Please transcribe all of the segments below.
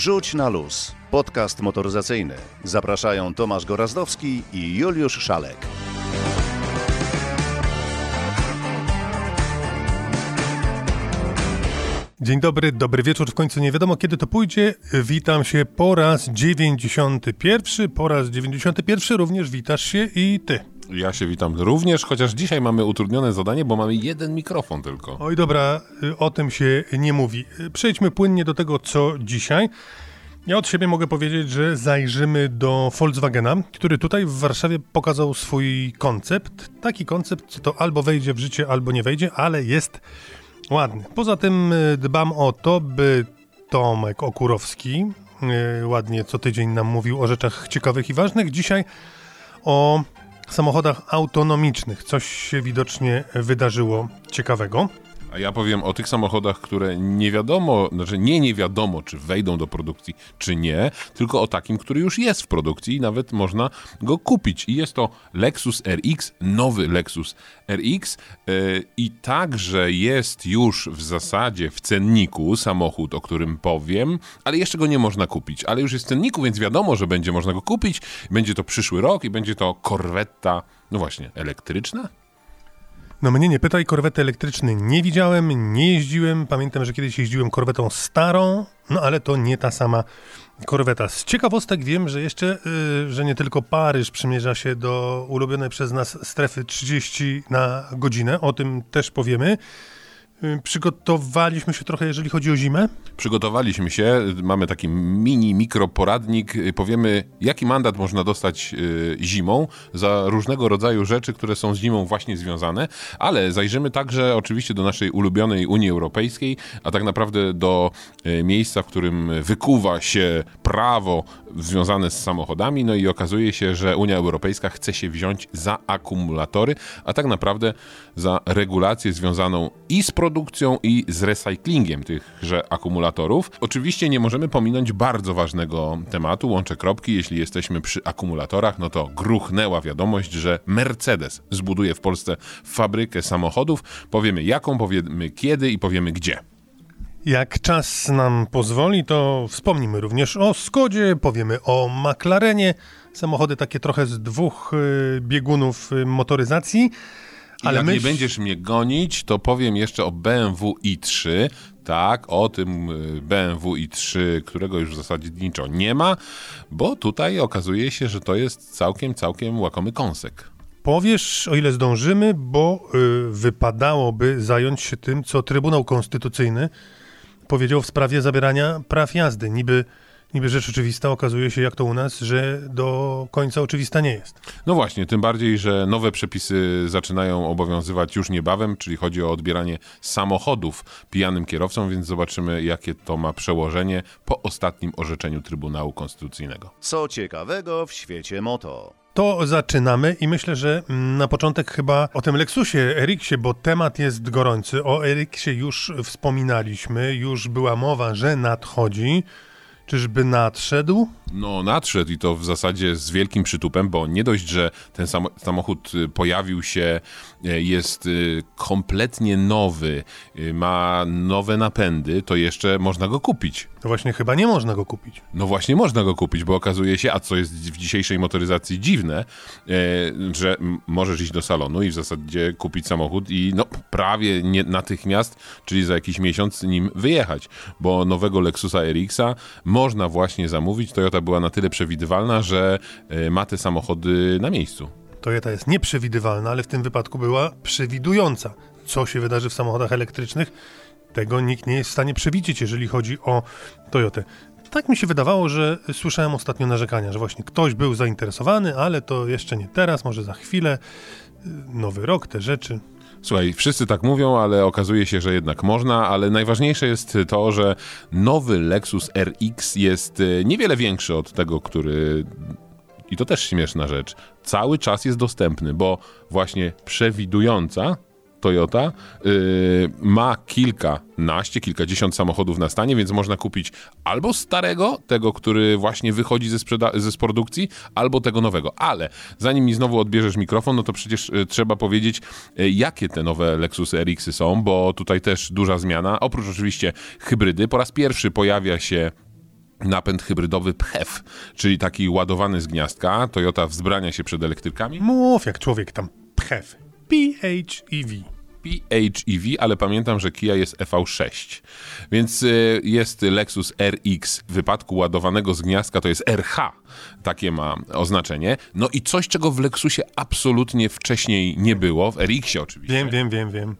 Rzuć na luz. Podcast motoryzacyjny. Zapraszają Tomasz Gorazdowski i Juliusz Szalek. Dzień dobry, dobry wieczór. W końcu nie wiadomo, kiedy to pójdzie. Witam się po raz 91. Po raz 91 również witasz się i ty. Ja się witam również, chociaż dzisiaj mamy utrudnione zadanie, bo mamy jeden mikrofon tylko. Oj dobra, o tym się nie mówi. Przejdźmy płynnie do tego, co dzisiaj. Ja od siebie mogę powiedzieć, że zajrzymy do Volkswagena, który tutaj w Warszawie pokazał swój koncept. Taki koncept, co to albo wejdzie w życie, albo nie wejdzie, ale jest ładny. Poza tym dbam o to, by Tomek Okurowski ładnie co tydzień nam mówił o rzeczach ciekawych i ważnych. Dzisiaj o samochodach autonomicznych. Coś się widocznie wydarzyło ciekawego. A ja powiem o tych samochodach, które nie wiadomo, nie wiadomo, czy wejdą do produkcji, czy nie, tylko o takim, który już jest w produkcji i nawet można go kupić. I jest to Lexus RX, nowy Lexus RX i także jest już w zasadzie w cenniku samochód, o którym powiem, ale jeszcze go nie można kupić. Ale już jest w cenniku, więc wiadomo, że będzie można go kupić. Będzie to przyszły rok i będzie to Corvetta, no właśnie, elektryczna? No mnie nie pytaj, korwety elektrycznej nie widziałem, nie jeździłem. Pamiętam, że kiedyś jeździłem korwetą starą, no ale to nie ta sama korweta. Z ciekawostek wiem, że jeszcze, że nie tylko Paryż przymierza się do ulubionej przez nas strefy 30 na godzinę, o tym też powiemy. Przygotowaliśmy się trochę, jeżeli chodzi o zimę? Przygotowaliśmy się, mamy taki mikroporadnik, powiemy, jaki mandat można dostać zimą za różnego rodzaju rzeczy, które są z zimą właśnie związane, ale zajrzymy także oczywiście do naszej ulubionej Unii Europejskiej, a tak naprawdę do miejsca, w którym wykuwa się prawo związane z samochodami, no i okazuje się, że Unia Europejska chce się wziąć za akumulatory, a tak naprawdę za regulację związaną i z produkcją i z recyklingiem tychże akumulatorów. Oczywiście nie możemy pominąć bardzo ważnego tematu, łączę kropki, jeśli jesteśmy przy akumulatorach, no to gruchnęła wiadomość, że Mercedes zbuduje w Polsce fabrykę samochodów. Powiemy jaką, powiemy kiedy i powiemy gdzie. Jak czas nam pozwoli, to wspomnimy również o Skodzie, powiemy o McLarenie, samochody takie trochę z dwóch biegunów motoryzacji. Ale jak nie będziesz mnie gonić, to powiem jeszcze o BMW i3. Tak, o tym BMW i3, którego już zasadniczo nie ma, bo tutaj okazuje się, że to jest całkiem łakomy kąsek. Powiesz, o ile zdążymy, bo wypadałoby zająć się tym, co Trybunał Konstytucyjny powiedział w sprawie zabierania praw jazdy. Niby rzecz oczywista, okazuje się, jak to u nas, że do końca oczywista nie jest. No właśnie, tym bardziej, że nowe przepisy zaczynają obowiązywać już niebawem, czyli chodzi o odbieranie samochodów pijanym kierowcom, więc zobaczymy, jakie to ma przełożenie po ostatnim orzeczeniu Trybunału Konstytucyjnego. Co ciekawego w świecie moto? To zaczynamy i myślę, że na początek chyba o tym Lexusie RX-ie, bo temat jest gorący. O RX-ie już wspominaliśmy, już była mowa, że nadchodzi. Czyżby nadszedł? No nadszedł i to w zasadzie z wielkim przytupem, bo nie dość, że ten samochód pojawił się, jest kompletnie nowy, ma nowe napędy, to jeszcze można go kupić. To właśnie chyba nie można go kupić. No właśnie można go kupić, bo okazuje się, a co jest w dzisiejszej motoryzacji dziwne, że możesz iść do salonu i w zasadzie kupić samochód i no prawie nie natychmiast, czyli za jakiś miesiąc nim wyjechać, bo nowego Lexusa RX-a można właśnie zamówić. Toyota była na tyle przewidywalna, że ma te samochody na miejscu. Toyota jest nieprzewidywalna, ale w tym wypadku była przewidująca. Co się wydarzy w samochodach elektrycznych, tego nikt nie jest w stanie przewidzieć, jeżeli chodzi o Toyotę. Tak mi się wydawało, że słyszałem ostatnio narzekania, że właśnie ktoś był zainteresowany, ale to jeszcze nie teraz, może za chwilę, nowy rok, te rzeczy. Słuchaj, wszyscy tak mówią, ale okazuje się, że jednak można, ale najważniejsze jest to, że nowy Lexus RX jest niewiele większy od tego, który, i to też śmieszna rzecz, cały czas jest dostępny, bo właśnie przewidująca Toyota ma kilkadziesiąt samochodów na stanie, więc można kupić albo starego, tego, który właśnie wychodzi z produkcji, albo tego nowego. Ale zanim mi znowu odbierzesz mikrofon, no to przecież trzeba powiedzieć, jakie te nowe Lexusy RX-y są, bo tutaj też duża zmiana. Oprócz oczywiście hybrydy, po raz pierwszy pojawia się napęd hybrydowy PHEV, czyli taki ładowany z gniazdka. Toyota wzbrania się przed elektrykami. Mów jak człowiek tam. PHEV. PHEV. PHEV, ale pamiętam, że Kia jest EV6. Więc jest Lexus RX w wypadku ładowanego z gniazdka, to jest RH. Takie ma oznaczenie. No i coś, czego w Lexusie absolutnie wcześniej nie było, w RX-ie oczywiście. Wiem.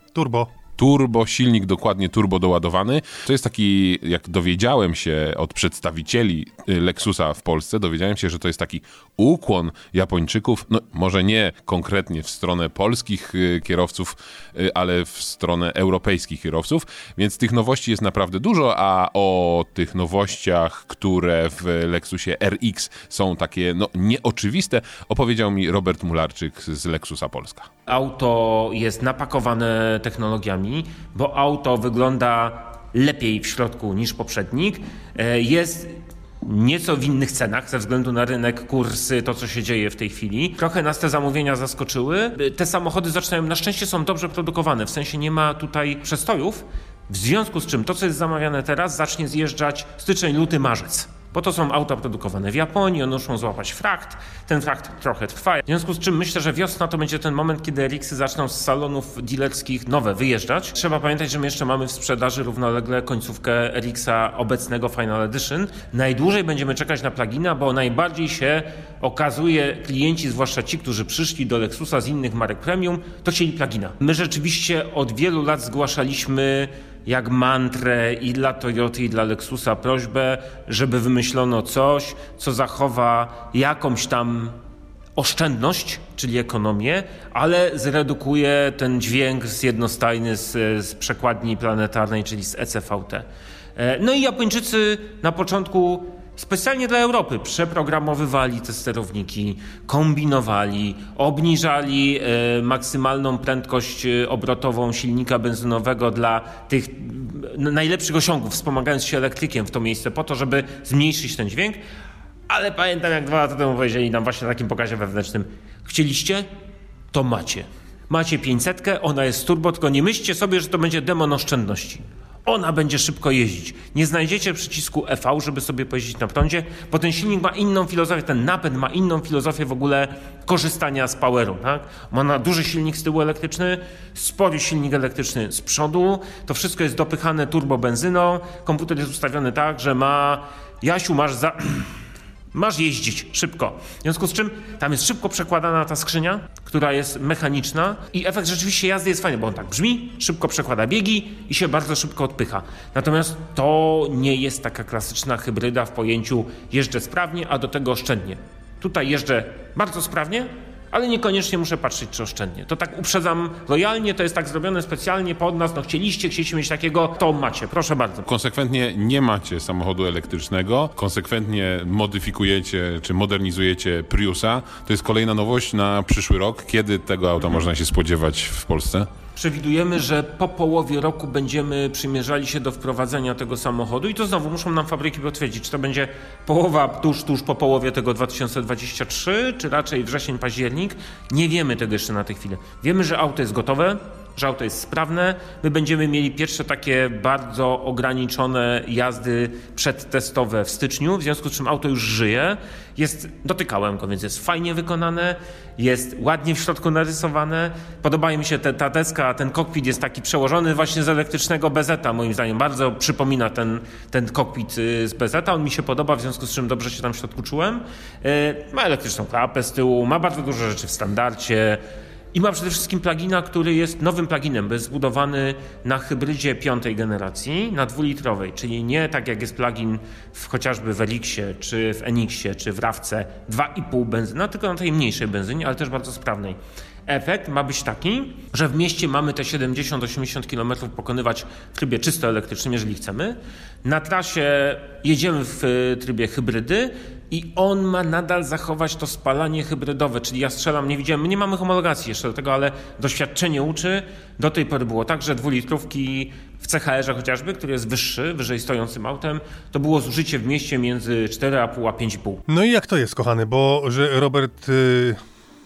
Turbo, silnik dokładnie turbo doładowany. To jest taki, jak dowiedziałem się od przedstawicieli Lexusa w Polsce, dowiedziałem się, że to jest taki ukłon Japończyków, no może nie konkretnie w stronę polskich kierowców, ale w stronę europejskich kierowców, więc tych nowości jest naprawdę dużo, a o tych nowościach, które w Lexusie RX są takie nieoczywiste, opowiedział mi Robert Mularczyk z Lexusa Polska. Auto jest napakowane technologiami, bo auto wygląda lepiej w środku niż poprzednik. Jest nieco w innych cenach ze względu na rynek, kursy, to co się dzieje w tej chwili. Trochę nas te zamówienia zaskoczyły. Te samochody na szczęście są dobrze produkowane, w sensie nie ma tutaj przestojów, w związku z czym to co jest zamawiane teraz zacznie zjeżdżać styczeń, luty, marzec. Bo to są auta produkowane w Japonii, one muszą złapać frakt, ten frakt trochę trwa. W związku z czym myślę, że wiosna to będzie ten moment, kiedy RX-y zaczną z salonów dealerskich nowe wyjeżdżać. Trzeba pamiętać, że my jeszcze mamy w sprzedaży równolegle końcówkę RX-a obecnego Final Edition. Najdłużej będziemy czekać na plugina, bo najbardziej się okazuje klienci, zwłaszcza ci, którzy przyszli do Lexusa z innych marek premium, to chcieli plugina. My rzeczywiście od wielu lat zgłaszaliśmy jak mantrę i dla Toyoty, i dla Lexusa prośbę, żeby wymyślono coś, co zachowa jakąś tam oszczędność, czyli ekonomię, ale zredukuje ten dźwięk jednostajny z przekładni planetarnej, czyli z ECVT. No i Japończycy na początku specjalnie dla Europy przeprogramowywali te sterowniki, kombinowali, obniżali maksymalną prędkość obrotową silnika benzynowego dla tych najlepszych osiągów, wspomagając się elektrykiem w to miejsce po to, żeby zmniejszyć ten dźwięk. Ale pamiętam, jak 2 lata temu powiedzieli nam właśnie na takim pokazie wewnętrznym: chcieliście? To macie. Macie 500, ona jest turbo, tylko nie myślcie sobie, że to będzie demon oszczędności. Ona będzie szybko jeździć. Nie znajdziecie przycisku EV, żeby sobie pojeździć na prądzie, bo ten silnik ma inną filozofię, ten napęd ma inną filozofię w ogóle korzystania z poweru. Tak? Ma duży silnik z tyłu elektryczny, spory silnik elektryczny z przodu. To wszystko jest dopychane turbo benzyną. Komputer jest ustawiony tak, że Jasiu, masz jeździć szybko. W związku z czym tam jest szybko przekładana ta skrzynia, która jest mechaniczna i efekt rzeczywiście jazdy jest fajny, bo on tak brzmi, szybko przekłada biegi i się bardzo szybko odpycha. Natomiast to nie jest taka klasyczna hybryda w pojęciu jeżdżę sprawnie, a do tego oszczędnie. Tutaj jeżdżę bardzo sprawnie, ale niekoniecznie muszę patrzeć, czy oszczędnie. To tak uprzedzam lojalnie, to jest tak zrobione specjalnie pod nas, chcieliście mieć takiego, to macie, proszę bardzo. Konsekwentnie nie macie samochodu elektrycznego, konsekwentnie modyfikujecie, czy modernizujecie Priusa. To jest kolejna nowość na przyszły rok. Kiedy tego auta można się spodziewać w Polsce? Przewidujemy, że po połowie roku będziemy przymierzali się do wprowadzenia tego samochodu i to znowu muszą nam fabryki potwierdzić, czy to będzie połowa tuż po połowie tego 2023, czy raczej wrzesień, październik. Nie wiemy tego jeszcze na tę chwilę. Wiemy, że auto jest gotowe, że auto jest sprawne. My będziemy mieli pierwsze takie bardzo ograniczone jazdy przedtestowe w styczniu, w związku z czym auto już żyje. Dotykałem go, więc jest fajnie wykonane, jest ładnie w środku narysowane. Podoba mi się ta deska, ten kokpit jest taki przełożony właśnie z elektrycznego BZ-a, moim zdaniem. Bardzo przypomina ten kokpit z BZ-a. On mi się podoba, w związku z czym dobrze się tam w środku czułem. Ma elektryczną klapę z tyłu, ma bardzo dużo rzeczy w standardzie. I ma przede wszystkim plugina, który jest nowym pluginem, bo jest zbudowany na hybrydzie 5. generacji, na 2-litrowej, czyli nie tak jak jest plugin chociażby w RX-ie, czy w NX-ie, czy w RAV-ce 2,5 benzyna, tylko na tej mniejszej benzynie, ale też bardzo sprawnej. Efekt ma być taki, że w mieście mamy te 70-80 km pokonywać w trybie czysto elektrycznym, jeżeli chcemy. Na trasie jedziemy w trybie hybrydy i on ma nadal zachować to spalanie hybrydowe, czyli ja strzelam, my nie mamy homologacji jeszcze do tego, ale doświadczenie uczy. Do tej pory było tak, że 2-litrówki w CHR-ze chociażby, który jest wyżej stojącym autem, to było zużycie w mieście między 4,5 a 5,5. No i jak to jest, kochany, bo że Robert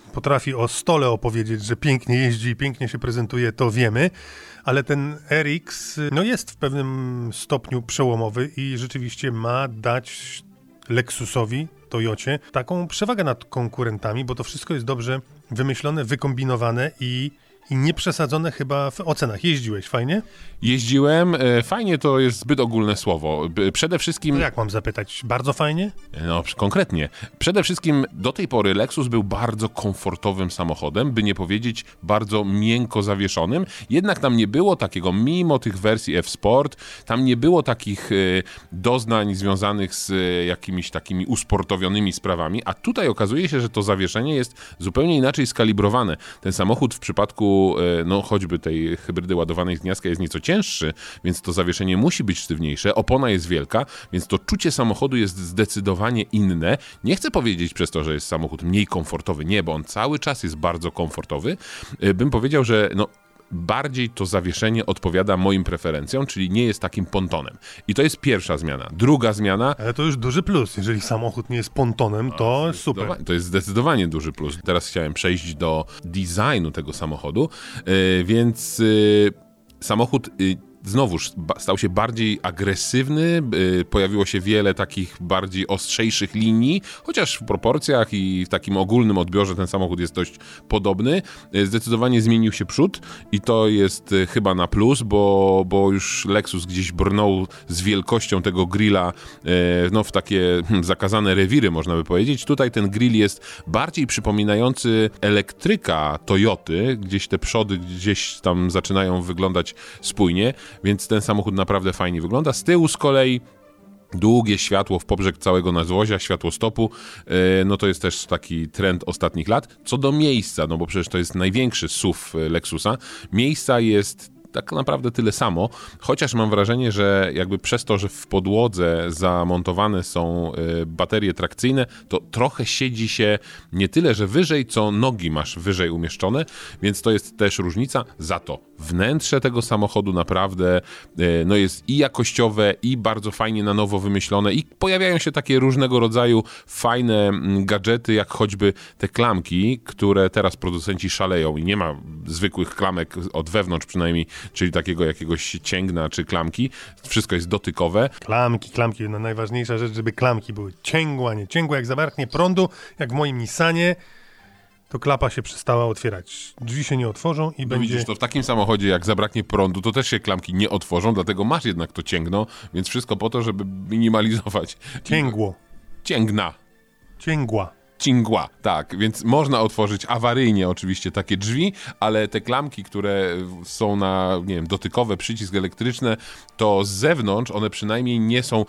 potrafi o stole opowiedzieć, że pięknie jeździ i pięknie się prezentuje, to wiemy, ale ten RX jest w pewnym stopniu przełomowy i rzeczywiście ma dać Lexusowi, Toyocie, taką przewagę nad konkurentami, bo to wszystko jest dobrze wymyślone, wykombinowane i nieprzesadzone chyba w ocenach. Jeździłeś, fajnie? Jeździłem. Fajnie to jest zbyt ogólne słowo. Przede wszystkim... To jak mam zapytać? Bardzo fajnie? No, konkretnie. Przede wszystkim do tej pory Lexus był bardzo komfortowym samochodem, by nie powiedzieć bardzo miękko zawieszonym. Jednak tam nie było takiego, mimo tych wersji F-Sport, tam nie było takich doznań związanych z jakimiś takimi usportowionymi sprawami, a tutaj okazuje się, że to zawieszenie jest zupełnie inaczej skalibrowane. Ten samochód w przypadku choćby tej hybrydy ładowanej z gniazdka jest nieco cięższy, więc to zawieszenie musi być sztywniejsze, opona jest wielka, więc to czucie samochodu jest zdecydowanie inne. Nie chcę powiedzieć przez to, że jest samochód mniej komfortowy, nie, bo on cały czas jest bardzo komfortowy. Bym powiedział, że bardziej to zawieszenie odpowiada moim preferencjom, czyli nie jest takim pontonem. I to jest pierwsza zmiana. Druga zmiana... Ale to już duży plus. Jeżeli samochód nie jest pontonem, to super. To jest zdecydowanie duży plus. Teraz chciałem przejść do designu tego samochodu, więc samochód... Znowuż stał się bardziej agresywny, pojawiło się wiele takich bardziej ostrzejszych linii, chociaż w proporcjach i w takim ogólnym odbiorze ten samochód jest dość podobny. Zdecydowanie zmienił się przód i to jest chyba na plus, bo już Lexus gdzieś brnął z wielkością tego grilla w takie zakazane rewiry, można by powiedzieć. Tutaj ten grill jest bardziej przypominający elektryka Toyoty, gdzieś te przody gdzieś tam zaczynają wyglądać spójnie. Więc ten samochód naprawdę fajnie wygląda. Z tyłu z kolei długie światło w pobrzeg całego nadwozia, światło stopu, to jest też taki trend ostatnich lat. Co do miejsca, bo przecież to jest największy SUV Lexusa, miejsca jest tak naprawdę tyle samo, chociaż mam wrażenie, że jakby przez to, że w podłodze zamontowane są baterie trakcyjne, to trochę siedzi się nie tyle, że wyżej, co nogi masz wyżej umieszczone, więc to jest też różnica. Za to wnętrze tego samochodu naprawdę jest i jakościowe, i bardzo fajnie na nowo wymyślone i pojawiają się takie różnego rodzaju fajne gadżety, jak choćby te klamki, które teraz producenci szaleją i nie ma zwykłych klamek od wewnątrz przynajmniej, czyli takiego jakiegoś cięgna czy klamki. Wszystko jest dotykowe. Klamki. Najważniejsza rzecz, żeby klamki były cięgłe, nie cięgłe. Jak zabraknie prądu, jak w moim Nissanie, to klapa się przestała otwierać. Drzwi się nie otworzą i będzie... Widzisz, to w takim samochodzie, jak zabraknie prądu, to też się klamki nie otworzą, dlatego masz jednak to cięgno, więc wszystko po to, żeby minimalizować. Cięgła, tak, więc można otworzyć awaryjnie oczywiście takie drzwi, ale te klamki, które są na, dotykowe, przycisk elektryczny, to z zewnątrz one przynajmniej nie są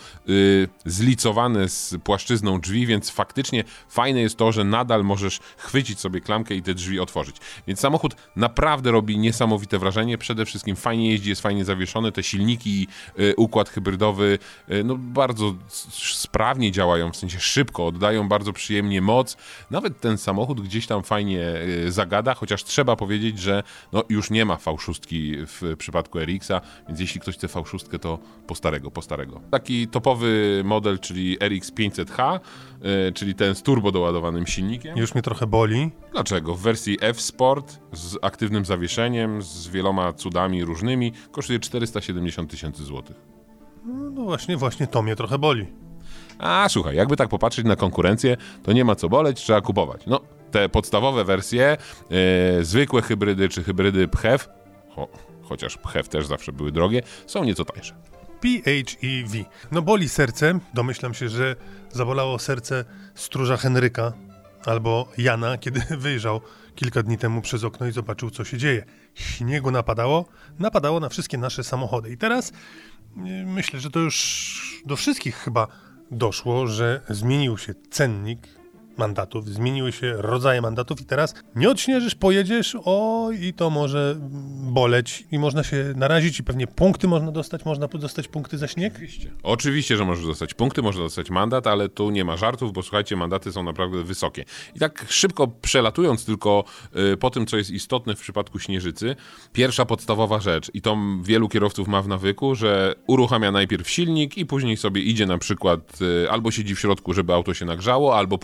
zlicowane z płaszczyzną drzwi, więc faktycznie fajne jest to, że nadal możesz chwycić sobie klamkę i te drzwi otworzyć. Więc samochód naprawdę robi niesamowite wrażenie, przede wszystkim fajnie jeździ, jest fajnie zawieszony, te silniki i układ hybrydowy bardzo sprawnie działają, w sensie szybko, oddają bardzo przyjemnie moc. Nawet ten samochód gdzieś tam fajnie zagada, chociaż trzeba powiedzieć, że już nie ma V6 w przypadku RX-a, więc jeśli ktoś chce V6, to po starego. Taki topowy model, czyli RX 500H, czyli ten z turbo doładowanym silnikiem. Już mnie trochę boli. Dlaczego? W wersji F-Sport z aktywnym zawieszeniem, z wieloma cudami różnymi, kosztuje 470 000 złotych. No właśnie to mnie trochę boli. A słuchaj, jakby tak popatrzeć na konkurencję, to nie ma co boleć, trzeba kupować. Te podstawowe wersje, zwykłe hybrydy czy hybrydy PHEV, chociaż PHEV też zawsze były drogie, są nieco tańsze. PHEV. Boli serce. Domyślam się, że zabolało serce stróża Henryka albo Jana, kiedy wyjrzał kilka dni temu przez okno i zobaczył, co się dzieje. Śniegu napadało na wszystkie nasze samochody. I teraz myślę, że to już do wszystkich chyba doszło, że zmienił się cennik mandatów, zmieniły się rodzaje mandatów i teraz nie odśnieżysz, pojedziesz, i to może boleć i można się narazić i pewnie punkty można dostać punkty za śnieg? Oczywiście, że możesz dostać punkty, można dostać mandat, ale tu nie ma żartów, bo słuchajcie, mandaty są naprawdę wysokie. I tak szybko przelatując tylko po tym, co jest istotne w przypadku śnieżycy, pierwsza podstawowa rzecz, i to wielu kierowców ma w nawyku, że uruchamia najpierw silnik i później sobie idzie na przykład, albo siedzi w środku, żeby auto się nagrzało, albo później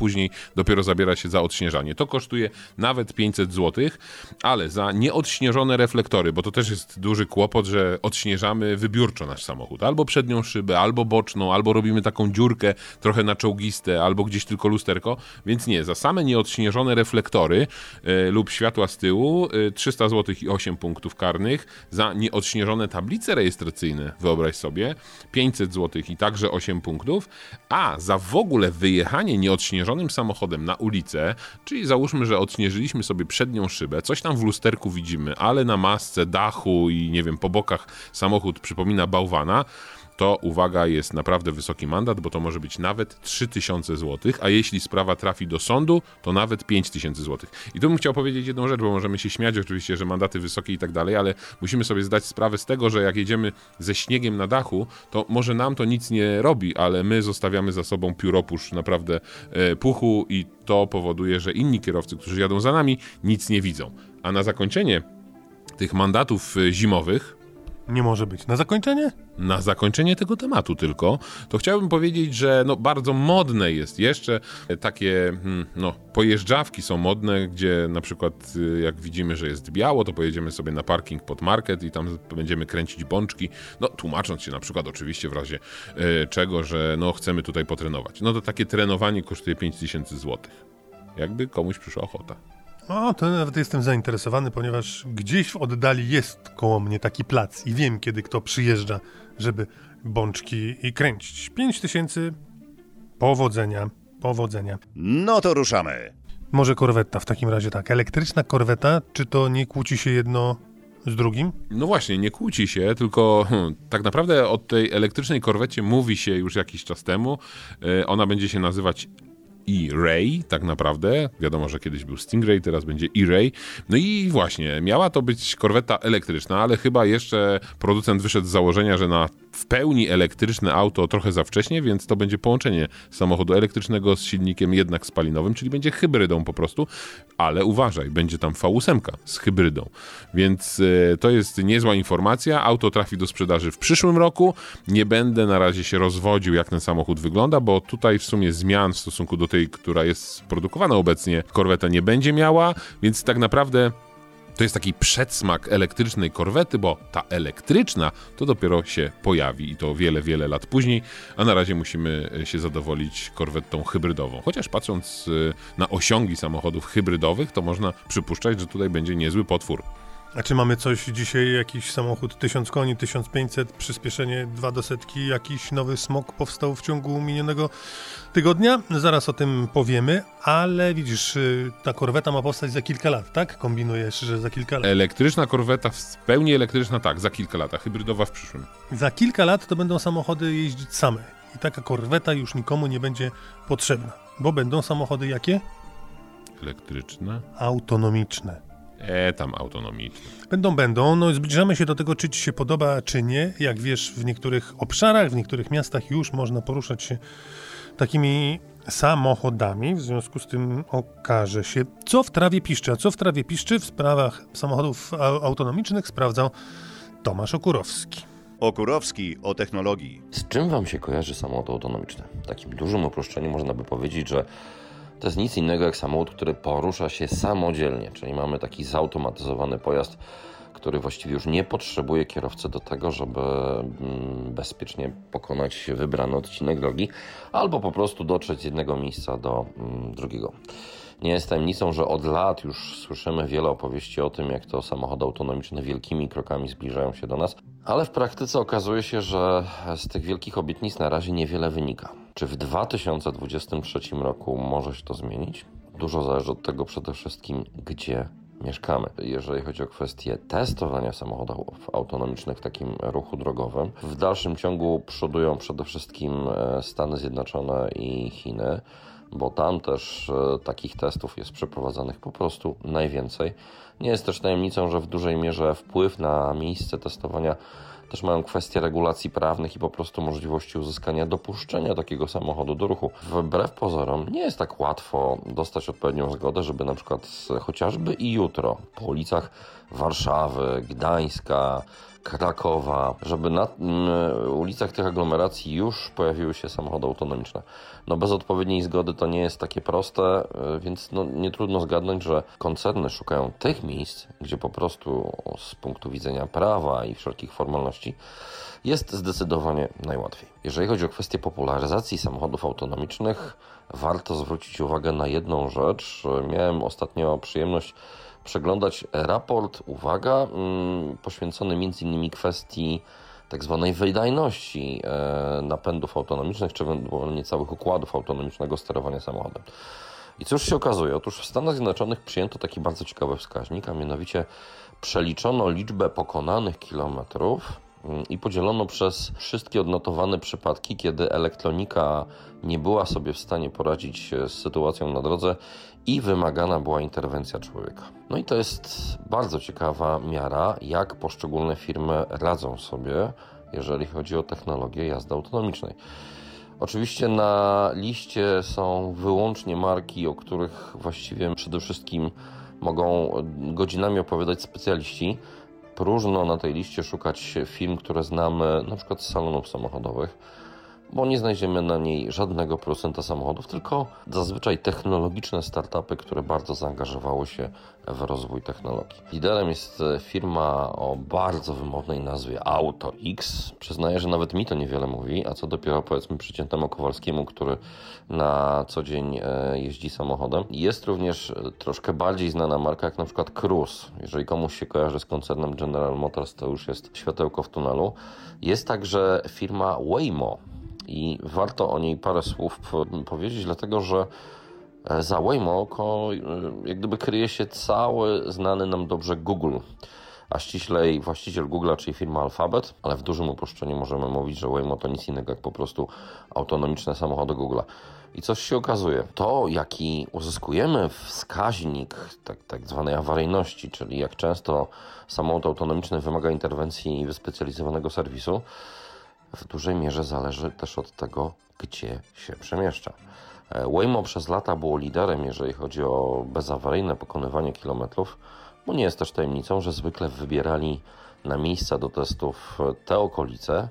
dopiero zabiera się za odśnieżanie. To kosztuje nawet 500 zł, ale za nieodśnieżone reflektory, bo to też jest duży kłopot, że odśnieżamy wybiórczo nasz samochód. Albo przednią szybę, albo boczną, albo robimy taką dziurkę trochę na czołgiste, albo gdzieś tylko lusterko, więc nie, za same nieodśnieżone reflektory lub światła z tyłu 300 zł i 8 punktów karnych, za nieodśnieżone tablice rejestracyjne, wyobraź sobie, 500 zł i także 8 punktów, a za w ogóle wyjechanie nieodśnieżonym samochodem na ulicę, czyli załóżmy, że odśnieżyliśmy sobie przednią szybę, coś tam w lusterku widzimy, ale na masce, dachu i nie wiem, po bokach samochód przypomina bałwana, to uwaga, jest naprawdę wysoki mandat, bo to może być nawet 3000 zł, a jeśli sprawa trafi do sądu, to nawet 5000 zł. I tu bym chciał powiedzieć jedną rzecz, bo możemy się śmiać oczywiście, że mandaty wysokie i tak dalej, ale musimy sobie zdać sprawę z tego, że jak jedziemy ze śniegiem na dachu, to może nam to nic nie robi, ale my zostawiamy za sobą pióropusz naprawdę puchu i to powoduje, że inni kierowcy, którzy jadą za nami, nic nie widzą. A na zakończenie tych mandatów zimowych, Nie może być. Na zakończenie? na zakończenie tego tematu tylko, to chciałbym powiedzieć, że bardzo modne jest jeszcze takie, pojeżdżawki są modne, gdzie na przykład jak widzimy, że jest biało, to pojedziemy sobie na parking pod market i tam będziemy kręcić bączki, tłumacząc się na przykład oczywiście w razie czego, że chcemy tutaj potrenować. To takie trenowanie kosztuje 5000 zł. Jakby komuś przyszła ochota. To nawet jestem zainteresowany, ponieważ gdzieś w oddali jest koło mnie taki plac i wiem, kiedy kto przyjeżdża, żeby bączki i kręcić. 5000, powodzenia. No to ruszamy. Może korweta w takim razie tak. Elektryczna korweta, czy to nie kłóci się jedno z drugim? No właśnie, nie kłóci się, tylko tak naprawdę o tej elektrycznej korwecie mówi się już jakiś czas temu. Ona będzie się nazywać E-Ray, tak naprawdę. Wiadomo, że kiedyś był Stingray, teraz będzie E-Ray. No i właśnie, miała to być korweta elektryczna, ale chyba jeszcze producent wyszedł z założenia, że na w pełni elektryczne auto trochę za wcześnie, więc to będzie połączenie samochodu elektrycznego z silnikiem jednak spalinowym, czyli będzie hybrydą po prostu, ale uważaj, będzie tam V8 z hybrydą, więc to jest niezła informacja. Auto trafi do sprzedaży w przyszłym roku. Nie będę na razie się rozwodził, jak ten samochód wygląda, bo tutaj w sumie zmian w stosunku do tej, która jest produkowana obecnie, korweta nie będzie miała, więc tak naprawdę to jest taki przedsmak elektrycznej korwety, bo ta elektryczna to dopiero się pojawi i to wiele, wiele lat później, a na razie musimy się zadowolić korwetą hybrydową. Chociaż patrząc na osiągi samochodów hybrydowych, to można przypuszczać, że tutaj będzie niezły potwór. A czy mamy coś dzisiaj, jakiś samochód 1000 koni, 1500, przyspieszenie 2 do setki, jakiś nowy smog powstał w ciągu minionego tygodnia? Zaraz o tym powiemy, ale widzisz, ta korweta ma powstać za kilka lat, tak? Kombinujesz, że za kilka lat. Elektryczna korweta, w pełni elektryczna, tak, za kilka lat, a hybrydowa w przyszłym. Za kilka lat to będą samochody jeździć same i taka korweta już nikomu nie będzie potrzebna, bo będą samochody jakie? Elektryczna? Autonomiczne. Tam autonomiczne. Będą. Zbliżamy się do tego, czy ci się podoba, czy nie. Jak wiesz, w niektórych obszarach, w niektórych miastach już można poruszać się takimi samochodami. W związku z tym okaże się, co w trawie piszczy. A co w trawie piszczy w sprawach samochodów autonomicznych sprawdzał Tomasz Okurowski. Okurowski o technologii. Z czym wam się kojarzy samochód autonomiczny? W takim dużym uproszczeniu można by powiedzieć, że to jest nic innego jak samochód, który porusza się samodzielnie, czyli mamy taki zautomatyzowany pojazd, który właściwie już nie potrzebuje kierowcy do tego, żeby bezpiecznie pokonać wybrany odcinek drogi albo po prostu dotrzeć z jednego miejsca do drugiego. Nie jest tajemnicą, że od lat już słyszymy wiele opowieści o tym, jak to samochody autonomiczne wielkimi krokami zbliżają się do nas, ale w praktyce okazuje się, że z tych wielkich obietnic na razie niewiele wynika. Czy w 2023 roku może się to zmienić? Dużo zależy od tego przede wszystkim, gdzie mieszkamy. Jeżeli chodzi o kwestię testowania samochodów autonomicznych w takim ruchu drogowym, w dalszym ciągu przodują przede wszystkim Stany Zjednoczone i Chiny, bo tam też takich testów jest przeprowadzanych po prostu najwięcej. Nie jest też tajemnicą, że w dużej mierze wpływ na miejsce testowania też mają kwestie regulacji prawnych i po prostu możliwości uzyskania dopuszczenia takiego samochodu do ruchu. Wbrew pozorom nie jest tak łatwo dostać odpowiednią zgodę, żeby na przykład chociażby i jutro po ulicach Warszawy, Gdańska, Krakowa, żeby na ulicach tych aglomeracji już pojawiły się samochody autonomiczne. No bez odpowiedniej zgody to nie jest takie proste, więc nie trudno zgadnąć, że koncerny szukają tych miejsc, gdzie po prostu z punktu widzenia prawa i wszelkich formalności jest zdecydowanie najłatwiej. Jeżeli chodzi o kwestię popularyzacji samochodów autonomicznych, warto zwrócić uwagę na jedną rzecz. Miałem ostatnio przyjemność przeglądać raport, uwaga, poświęcony m.in. kwestii tak zwanej wydajności napędów autonomicznych, czy ewentualnie całych układów autonomicznego sterowania samochodem. I cóż się okazuje? Otóż w Stanach Zjednoczonych przyjęto taki bardzo ciekawy wskaźnik, a mianowicie przeliczono liczbę pokonanych kilometrów i podzielono przez wszystkie odnotowane przypadki, kiedy elektronika nie była sobie w stanie poradzić z sytuacją na drodze i wymagana była interwencja człowieka. No i to jest bardzo ciekawa miara, jak poszczególne firmy radzą sobie, jeżeli chodzi o technologię jazdy autonomicznej. Oczywiście na liście są wyłącznie marki, o których właściwie przede wszystkim mogą godzinami opowiadać specjaliści. Próżno na tej liście szukać firm, które znamy na przykład z salonów samochodowych, bo nie znajdziemy na niej żadnego producenta samochodów, tylko zazwyczaj technologiczne startupy, które bardzo zaangażowały się w rozwój technologii. Liderem jest firma o bardzo wymownej nazwie AutoX. Przyznaję, że nawet mi to niewiele mówi, a co dopiero powiedzmy przeciętnemu Kowalskiemu, który na co dzień jeździ samochodem. Jest również troszkę bardziej znana marka jak na przykład Cruise. Jeżeli komuś się kojarzy z koncernem General Motors, to już jest światełko w tunelu. Jest także firma Waymo. I warto o niej parę słów powiedzieć, dlatego że za Waymo jak gdyby kryje się cały znany nam dobrze Google, a ściślej właściciel Google'a, czyli firma Alphabet, ale w dużym uproszczeniu możemy mówić, że Waymo to nic innego jak po prostu autonomiczne samochody Google'a. I coś się okazuje, to jaki uzyskujemy wskaźnik tak zwanej awaryjności, czyli jak często samochód autonomiczny wymaga interwencji wyspecjalizowanego serwisu, w dużej mierze zależy też od tego, gdzie się przemieszcza. Waymo przez lata było liderem, jeżeli chodzi o bezawaryjne pokonywanie kilometrów, bo nie jest też tajemnicą, że zwykle wybierali na miejsca do testów te okolice,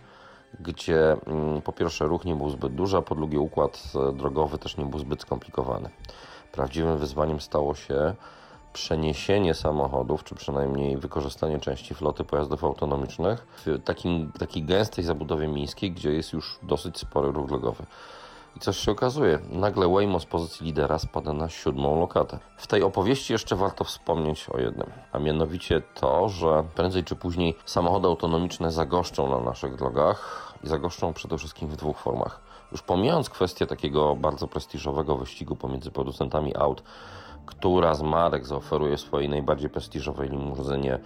gdzie po pierwsze ruch nie był zbyt duży, a po drugie układ drogowy też nie był zbyt skomplikowany. Prawdziwym wyzwaniem stało się przeniesienie samochodów, czy przynajmniej wykorzystanie części floty pojazdów autonomicznych w takiej gęstej zabudowie miejskiej, gdzie jest już dosyć spory ruch drogowy. I coś się okazuje, nagle Waymo z pozycji lidera spada na 7. lokatę. W tej opowieści jeszcze warto wspomnieć o jednym, a mianowicie to, że prędzej czy później samochody autonomiczne zagoszczą na naszych drogach i zagoszczą przede wszystkim w dwóch formach. Już pomijając kwestię takiego bardzo prestiżowego wyścigu pomiędzy producentami aut, która z marek zaoferuje swojej najbardziej prestiżowej limuzynie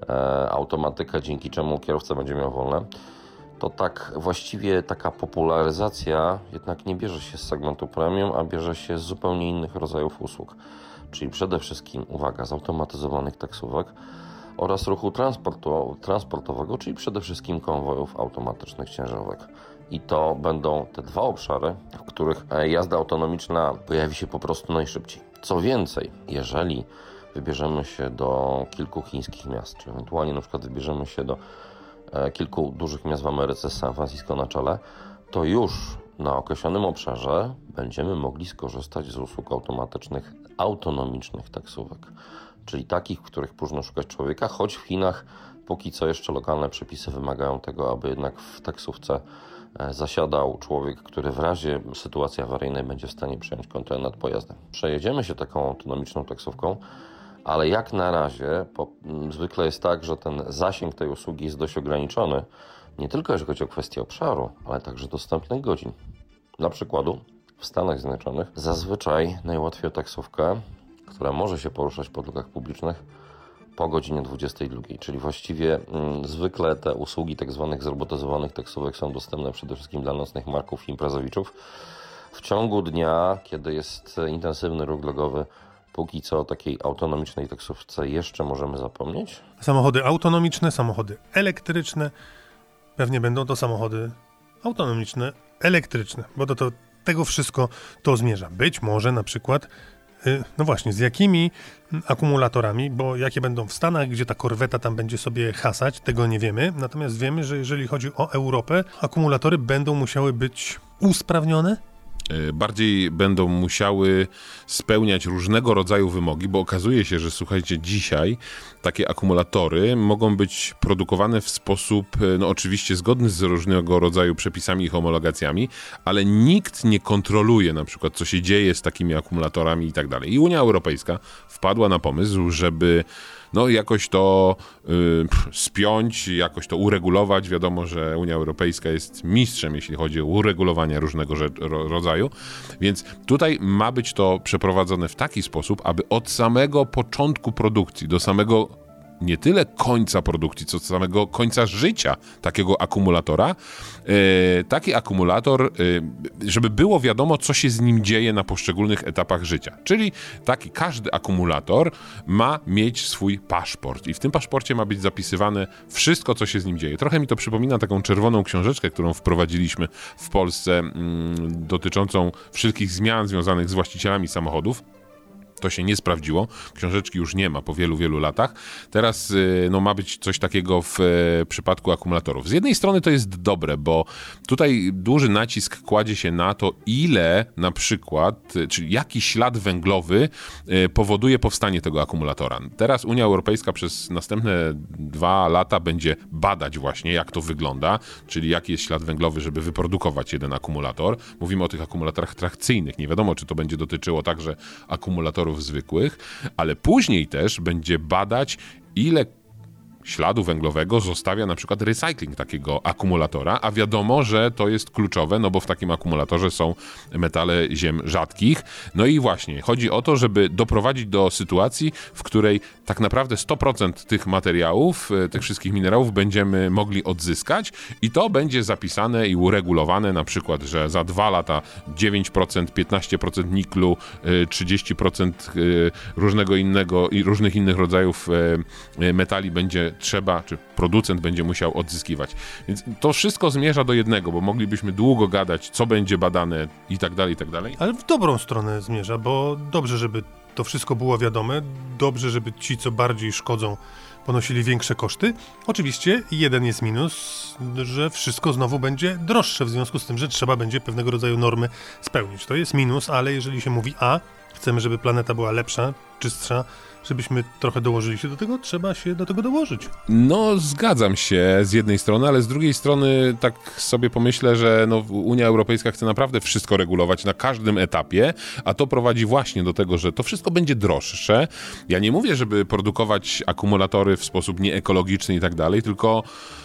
automatykę, dzięki czemu kierowca będzie miał wolne, to tak właściwie taka popularyzacja jednak nie bierze się z segmentu premium, a bierze się z zupełnie innych rodzajów usług. Czyli przede wszystkim, uwaga, z automatyzowanych taksówek oraz ruchu transportowego, czyli przede wszystkim konwojów automatycznych ciężarówek. I to będą te dwa obszary, w których jazda autonomiczna pojawi się po prostu najszybciej. Co więcej, jeżeli wybierzemy się do kilku chińskich miast, czy ewentualnie na przykład wybierzemy się do kilku dużych miast w Ameryce z San Francisco na czele, to już na określonym obszarze będziemy mogli skorzystać z usług autonomicznych taksówek. Czyli takich, w których próżno szukać człowieka, choć w Chinach póki co jeszcze lokalne przepisy wymagają tego, aby jednak w taksówce zasiadał człowiek, który w razie sytuacji awaryjnej będzie w stanie przejąć kontrolę nad pojazdem. Przejedziemy się taką autonomiczną taksówką, ale jak na razie zwykle jest tak, że ten zasięg tej usługi jest dość ograniczony, nie tylko jeżeli chodzi o kwestię obszaru, ale także dostępnych godzin. Dla przykładu w Stanach Zjednoczonych zazwyczaj najłatwiej o taksówkę, która może się poruszać po drogach publicznych po godzinie 22, czyli właściwie zwykle te usługi tak zwanych zrobotyzowanych taksówek są dostępne przede wszystkim dla nocnych marków i imprezowiczów. W ciągu dnia, kiedy jest intensywny ruch drogowy, póki co o takiej autonomicznej taksówce jeszcze możemy zapomnieć. Samochody autonomiczne, samochody elektryczne, pewnie będą to samochody autonomiczne, elektryczne, bo do tego wszystko to zmierza. Być może na przykład No właśnie, z jakimi akumulatorami, bo jakie będą w Stanach, gdzie ta korweta tam będzie sobie hasać, tego nie wiemy. Natomiast wiemy, że jeżeli chodzi o Europę, akumulatory będą musiały być usprawnione. Bardziej będą musiały spełniać różnego rodzaju wymogi, bo okazuje się, że słuchajcie, dzisiaj takie akumulatory mogą być produkowane w sposób, no oczywiście zgodny z różnego rodzaju przepisami i homologacjami, ale nikt nie kontroluje na przykład, co się dzieje z takimi akumulatorami i tak dalej. I Unia Europejska wpadła na pomysł, żeby no jakoś to spiąć, jakoś to uregulować. Wiadomo, że Unia Europejska jest mistrzem, jeśli chodzi o uregulowanie różnego rodzaju, więc tutaj ma być to przeprowadzone w taki sposób, aby od samego początku produkcji do samego nie tyle końca produkcji, co samego końca życia takiego akumulatora, taki akumulator, żeby było wiadomo, co się z nim dzieje na poszczególnych etapach życia. Czyli każdy akumulator ma mieć swój paszport i w tym paszporcie ma być zapisywane wszystko, co się z nim dzieje. Trochę mi to przypomina taką czerwoną książeczkę, którą wprowadziliśmy w Polsce, dotyczącą wszystkich zmian związanych z właścicielami samochodów. To się nie sprawdziło, książeczki już nie ma po wielu, wielu latach. Teraz no, ma być coś takiego w przypadku akumulatorów. Z jednej strony to jest dobre, bo tutaj duży nacisk kładzie się na to, ile na przykład, czyli jaki ślad węglowy powoduje powstanie tego akumulatora. Teraz Unia Europejska przez następne 2 lata będzie badać właśnie, jak to wygląda, czyli jaki jest ślad węglowy, żeby wyprodukować jeden akumulator. Mówimy o tych akumulatorach trakcyjnych. Nie wiadomo, czy to będzie dotyczyło także akumulatorów zwykłych, ale później też będzie badać, ile śladu węglowego zostawia na przykład recycling takiego akumulatora, a wiadomo, że to jest kluczowe, no bo w takim akumulatorze są metale ziem rzadkich. No i właśnie, chodzi o to, żeby doprowadzić do sytuacji, w której tak naprawdę 100% tych materiałów, tych wszystkich minerałów będziemy mogli odzyskać i to będzie zapisane i uregulowane, na przykład, że za 2 lata 9%, 15% niklu, 30% różnego innego i różnych innych rodzajów metali będzie trzeba, czy producent będzie musiał odzyskiwać. Więc to wszystko zmierza do jednego, bo moglibyśmy długo gadać, co będzie badane i tak dalej, i tak dalej. Ale w dobrą stronę zmierza, bo dobrze, żeby to wszystko było wiadome, dobrze, żeby ci, co bardziej szkodzą, ponosili większe koszty. Oczywiście jeden jest minus, że wszystko znowu będzie droższe, w związku z tym, że trzeba będzie pewnego rodzaju normy spełnić. To jest minus, ale jeżeli się mówi chcemy, żeby planeta była lepsza, czystsza, żebyśmy trochę dołożyli się do tego, trzeba się do tego dołożyć. No, zgadzam się z jednej strony, ale z drugiej strony tak sobie pomyślę, że no, Unia Europejska chce naprawdę wszystko regulować na każdym etapie, a to prowadzi właśnie do tego, że to wszystko będzie droższe. Ja nie mówię, żeby produkować akumulatory w sposób nieekologiczny i tak dalej, tylko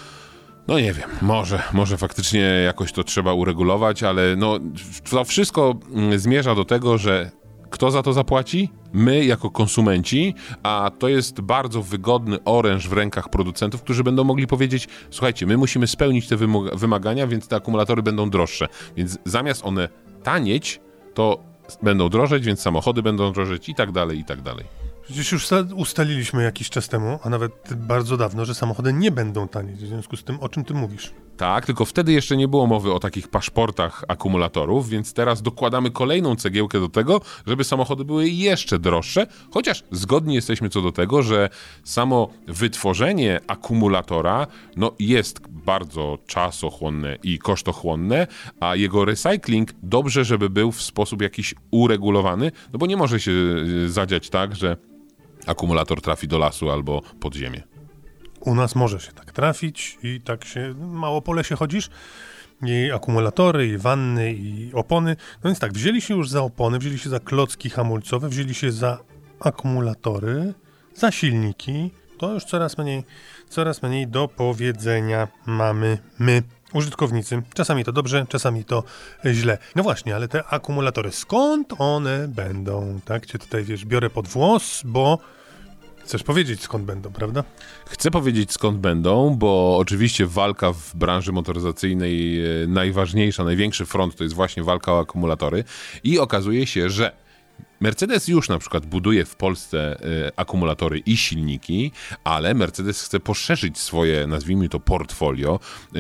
no nie wiem, może faktycznie jakoś to trzeba uregulować, ale no to wszystko zmierza do tego, że kto za to zapłaci? My jako konsumenci, a to jest bardzo wygodny oręż w rękach producentów, którzy będą mogli powiedzieć, słuchajcie, my musimy spełnić te wymagania, więc te akumulatory będą droższe. Więc zamiast one tanieć, to będą drożeć, więc samochody będą drożeć i tak dalej, i tak dalej. Przecież już ustaliliśmy jakiś czas temu, a nawet bardzo dawno, że samochody nie będą tanieć, w związku z tym, o czym ty mówisz. Tak, tylko wtedy jeszcze nie było mowy o takich paszportach akumulatorów, więc teraz dokładamy kolejną cegiełkę do tego, żeby samochody były jeszcze droższe, chociaż zgodni jesteśmy co do tego, że samo wytworzenie akumulatora no, jest bardzo czasochłonne i kosztochłonne, a jego recycling dobrze, żeby był w sposób jakiś uregulowany, no bo nie może się zadziać tak, że akumulator trafi do lasu albo pod ziemię. U nas może się tak trafić i tak się mało po lesie chodzisz. I akumulatory, i wanny, i opony. No więc tak, wzięli się już za opony, wzięli się za klocki hamulcowe, wzięli się za akumulatory, za silniki. To już coraz mniej do powiedzenia mamy my, użytkownicy. Czasami to dobrze, czasami to źle. No właśnie, ale te akumulatory, skąd one będą? Tak cię tutaj, biorę pod włos, bo chcesz powiedzieć, skąd będą, prawda? Chcę powiedzieć, skąd będą, bo oczywiście walka w branży motoryzacyjnej najważniejsza, największy front to jest właśnie walka o akumulatory i okazuje się, że Mercedes już na przykład buduje w Polsce akumulatory i silniki, ale Mercedes chce poszerzyć swoje, nazwijmy to, portfolio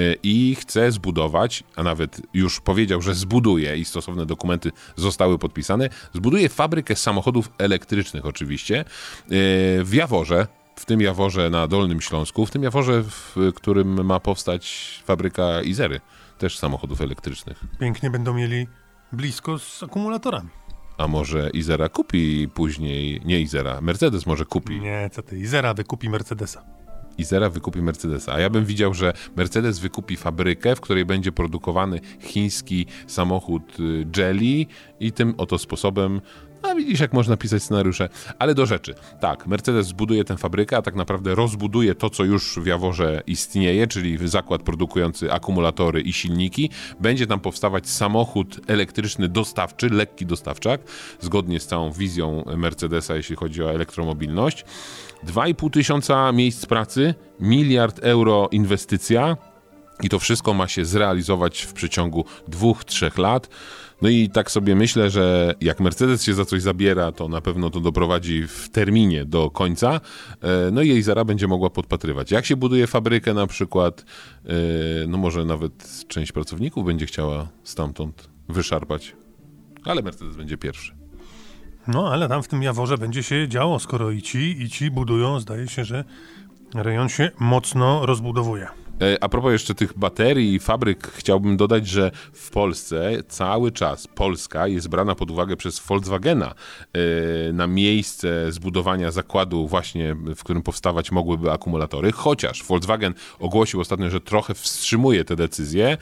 i chce zbudować, a nawet już powiedział, że zbuduje i stosowne dokumenty zostały podpisane, zbuduje fabrykę samochodów elektrycznych oczywiście w Jaworze, w tym Jaworze na Dolnym Śląsku, w tym Jaworze, w którym ma powstać fabryka Izery, też samochodów elektrycznych. Pięknie będą mieli blisko z akumulatorami. A może Izera kupi później, nie Izera, Mercedes może kupi. Nie, co ty, Izera wykupi Mercedesa. Izera wykupi Mercedesa, a ja bym widział, że Mercedes wykupi fabrykę, w której będzie produkowany chiński samochód Geely i tym oto sposobem, a widzisz, jak można pisać scenariusze, ale do rzeczy. Tak, Mercedes zbuduje tę fabrykę, a tak naprawdę rozbuduje to, co już w Jaworze istnieje, czyli zakład produkujący akumulatory i silniki. Będzie tam powstawać samochód elektryczny dostawczy, lekki dostawczak, zgodnie z całą wizją Mercedesa, jeśli chodzi o elektromobilność. 2,5 tysiąca miejsc pracy, 1 miliard euro inwestycja i to wszystko ma się zrealizować w przeciągu 2-3 lat. No i tak sobie myślę, że jak Mercedes się za coś zabiera, to na pewno to doprowadzi w terminie do końca, no i Izera będzie mogła podpatrywać. Jak się buduje fabrykę na przykład, no może nawet część pracowników będzie chciała stamtąd wyszarpać, ale Mercedes będzie pierwszy. No, ale tam w tym Jaworze będzie się działo, skoro i ci budują, zdaje się, że rejon się mocno rozbudowuje. A propos jeszcze tych baterii i fabryk, chciałbym dodać, że w Polsce cały czas Polska jest brana pod uwagę przez Volkswagena na miejsce zbudowania zakładu właśnie, w którym powstawać mogłyby akumulatory, chociaż Volkswagen ogłosił ostatnio, że trochę wstrzymuje te decyzje,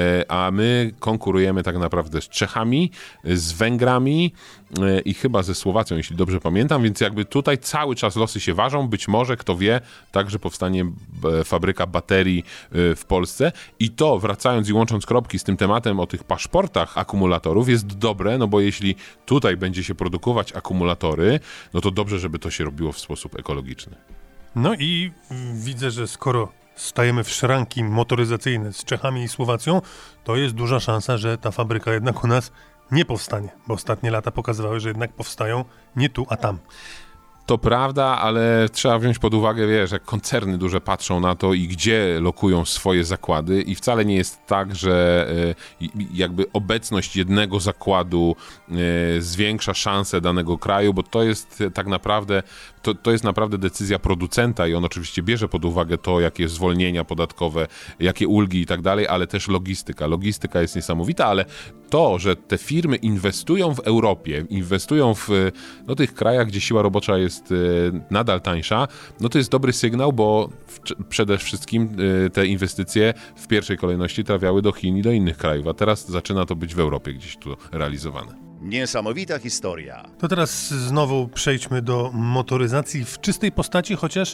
a my konkurujemy tak naprawdę z Czechami, z Węgrami i chyba ze Słowacją, jeśli dobrze pamiętam, więc jakby tutaj cały czas losy się ważą, być może, kto wie, także powstanie fabryka baterii w Polsce i to, wracając i łącząc kropki z tym tematem o tych paszportach akumulatorów, jest dobre, no bo jeśli tutaj będzie się produkować akumulatory, no to dobrze, żeby to się robiło w sposób ekologiczny. No i widzę, że skoro stajemy w szranki motoryzacyjne z Czechami i Słowacją, to jest duża szansa, że ta fabryka jednak u nas nie powstanie, bo ostatnie lata pokazywały, że jednak powstają nie tu, a tam. To prawda, ale trzeba wziąć pod uwagę, wiesz, jak koncerny duże patrzą na to i gdzie lokują swoje zakłady i wcale nie jest tak, że jakby obecność jednego zakładu zwiększa szanse danego kraju, bo to jest tak naprawdę, to jest naprawdę decyzja producenta i on oczywiście bierze pod uwagę to, jakie zwolnienia podatkowe, jakie ulgi i tak dalej, ale też logistyka. Logistyka jest niesamowita, ale to, że te firmy inwestują w Europie, inwestują w tych krajach, gdzie siła robocza jest nadal tańsza, no to jest dobry sygnał, bo przede wszystkim te inwestycje w pierwszej kolejności trafiały do Chin i do innych krajów, a teraz zaczyna to być w Europie gdzieś tu realizowane. Niesamowita historia. To teraz znowu przejdźmy do motoryzacji w czystej postaci, chociaż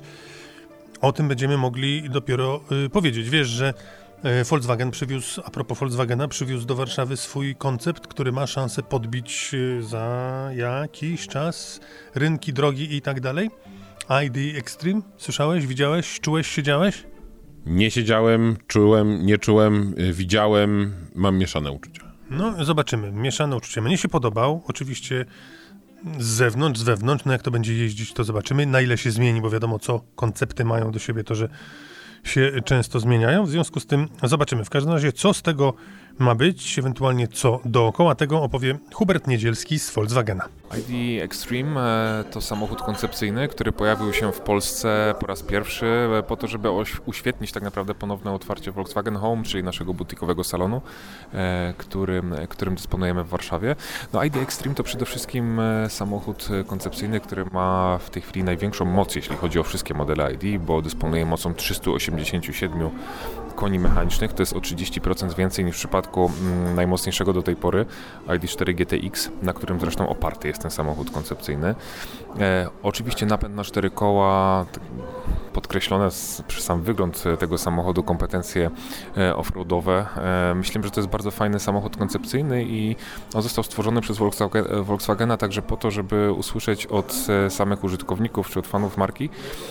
o tym będziemy mogli dopiero powiedzieć. Wiesz, że Volkswagen a propos Volkswagena, przywiózł do Warszawy swój koncept, który ma szansę podbić za jakiś czas rynki, drogi i tak dalej. ID Extreme, słyszałeś, widziałeś, czułeś, siedziałeś? Nie siedziałem, czułem, nie czułem, widziałem, mam mieszane uczucia. No, zobaczymy, mieszane uczucia. Mnie się podobał, oczywiście z zewnątrz, z wewnątrz, no jak to będzie jeździć, to zobaczymy, na ile się zmieni, bo wiadomo, co koncepty mają do siebie, to, że się często zmieniają, w związku z tym zobaczymy. W każdym razie, co z tego ma być, ewentualnie co dookoła tego opowie Hubert Niedzielski z Volkswagena. ID Extreme to samochód koncepcyjny, który pojawił się w Polsce po raz pierwszy po to, żeby uświetnić tak naprawdę ponowne otwarcie Volkswagen Home, czyli naszego butikowego salonu, którym dysponujemy w Warszawie. No ID Extreme to przede wszystkim samochód koncepcyjny, który ma w tej chwili największą moc, jeśli chodzi o wszystkie modele ID, bo dysponuje mocą 387 koni mechanicznych, to jest o 30% więcej niż w przypadku najmocniejszego do tej pory ID4 GTX, na którym zresztą oparty jest ten samochód koncepcyjny. Oczywiście napęd na 4 koła, podkreślone przez sam wygląd tego samochodu kompetencje offroadowe. Myślę, że to jest bardzo fajny samochód koncepcyjny i on został stworzony przez Volkswagena także po to, żeby usłyszeć od samych użytkowników czy od fanów marki,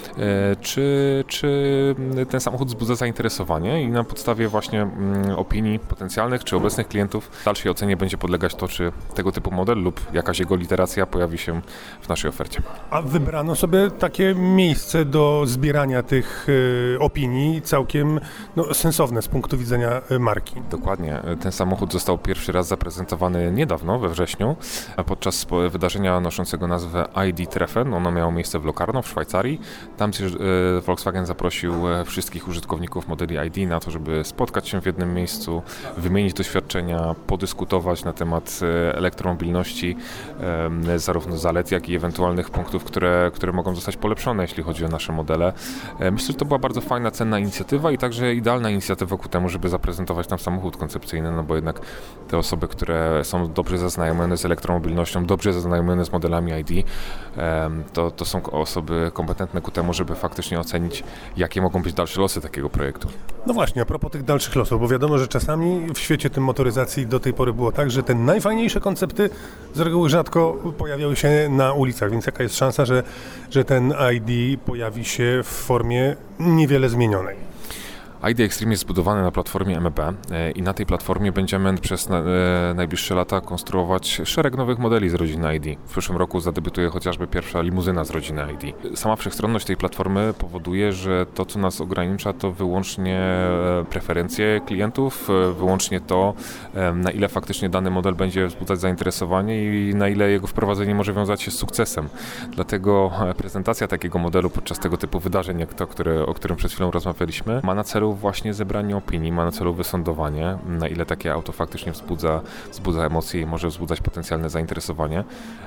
czy ten samochód wzbudza zainteresowanie i na podstawie właśnie opinii potencjalnych czy obecnych klientów w dalszej ocenie będzie podlegać to, czy tego typu model lub jakaś jego literacja pojawi się w naszej ofercie. A wybrano sobie takie miejsce do zbierania tych opinii całkiem sensowne z punktu widzenia marki. Dokładnie. Ten samochód został pierwszy raz zaprezentowany niedawno, we wrześniu, podczas wydarzenia noszącego nazwę ID Treffen. Ono miało miejsce w Locarno w Szwajcarii. Tam Volkswagen zaprosił wszystkich użytkowników modeli ID na to, żeby spotkać się w jednym miejscu, wymienić doświadczenia, podyskutować na temat elektromobilności, zarówno zalet, jak i ewentualnych punktów, które mogą zostać polepszone, jeśli chodzi o nasze modele. Myślę, że to była bardzo fajna, cenna inicjatywa i także idealna inicjatywa ku temu, żeby zaprezentować tam samochód koncepcyjny, no bo jednak te osoby, które są dobrze zaznajomione z elektromobilnością, dobrze zaznajomione z modelami ID, to są osoby kompetentne ku temu, żeby faktycznie ocenić, jakie mogą być dalsze losy takiego projektu. No właśnie, a propos tych dalszych losów, bo wiadomo, że czasami w świecie tym motoryzacji do tej pory było tak, że te najfajniejsze koncepty z reguły rzadko pojawiały się na ulicach, więc jaka jest szansa, że ten ID pojawi się w formie niewiele zmienionej? ID Extreme jest zbudowany na platformie MEB i na tej platformie będziemy przez najbliższe lata konstruować szereg nowych modeli z rodziny ID. W przyszłym roku zadebiutuje chociażby pierwsza limuzyna z rodziny ID. Sama wszechstronność tej platformy powoduje, że to, co nas ogranicza, to wyłącznie preferencje klientów, wyłącznie to, na ile faktycznie dany model będzie wzbudzać zainteresowanie i na ile jego wprowadzenie może wiązać się z sukcesem. Dlatego prezentacja takiego modelu podczas tego typu wydarzeń, jak to, o którym przed chwilą rozmawialiśmy, ma na celu właśnie zebranie opinii, ma na celu wysądowanie, na ile takie auto faktycznie wzbudza emocje i może wzbudzać potencjalne zainteresowanie.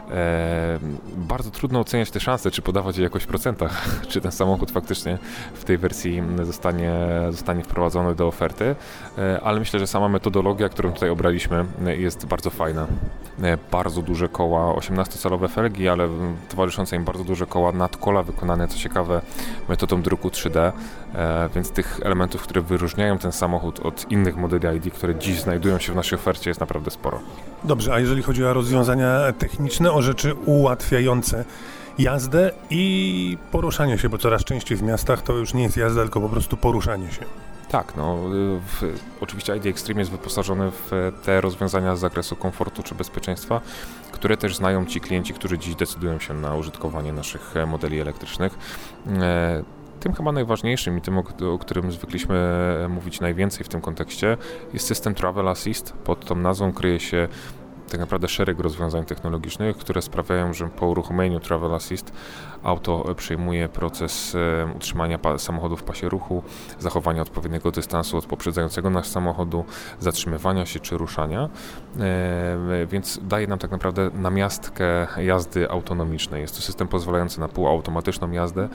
Bardzo trudno oceniać te szanse, czy podawać je jakoś w procentach, czy ten samochód faktycznie w tej wersji zostanie wprowadzony do oferty, ale myślę, że sama metodologia, którą tutaj obraliśmy, jest bardzo fajna. Bardzo duże koła, 18-calowe felgi, ale towarzyszące im bardzo duże koła nadkola wykonane, co ciekawe, metodą druku 3D, więc tych elementów, które wyróżniają ten samochód od innych modeli ID, które dziś znajdują się w naszej ofercie, jest naprawdę sporo. Dobrze, a jeżeli chodzi o rozwiązania techniczne, o rzeczy ułatwiające jazdę i poruszanie się, bo coraz częściej w miastach to już nie jest jazda, tylko po prostu poruszanie się. Tak, oczywiście ID Extreme jest wyposażony w te rozwiązania z zakresu komfortu czy bezpieczeństwa, które też znają ci klienci, którzy dziś decydują się na użytkowanie naszych modeli elektrycznych. Tym chyba najważniejszym i tym, o którym zwykliśmy mówić najwięcej w tym kontekście, jest system Travel Assist. Pod tą nazwą kryje się tak naprawdę szereg rozwiązań technologicznych, które sprawiają, że po uruchomieniu Travel Assist auto przyjmuje proces utrzymania samochodu w pasie ruchu, zachowania odpowiedniego dystansu od poprzedzającego nas samochodu, zatrzymywania się czy ruszania, więc daje nam tak naprawdę namiastkę jazdy autonomicznej. Jest to system pozwalający na półautomatyczną jazdę,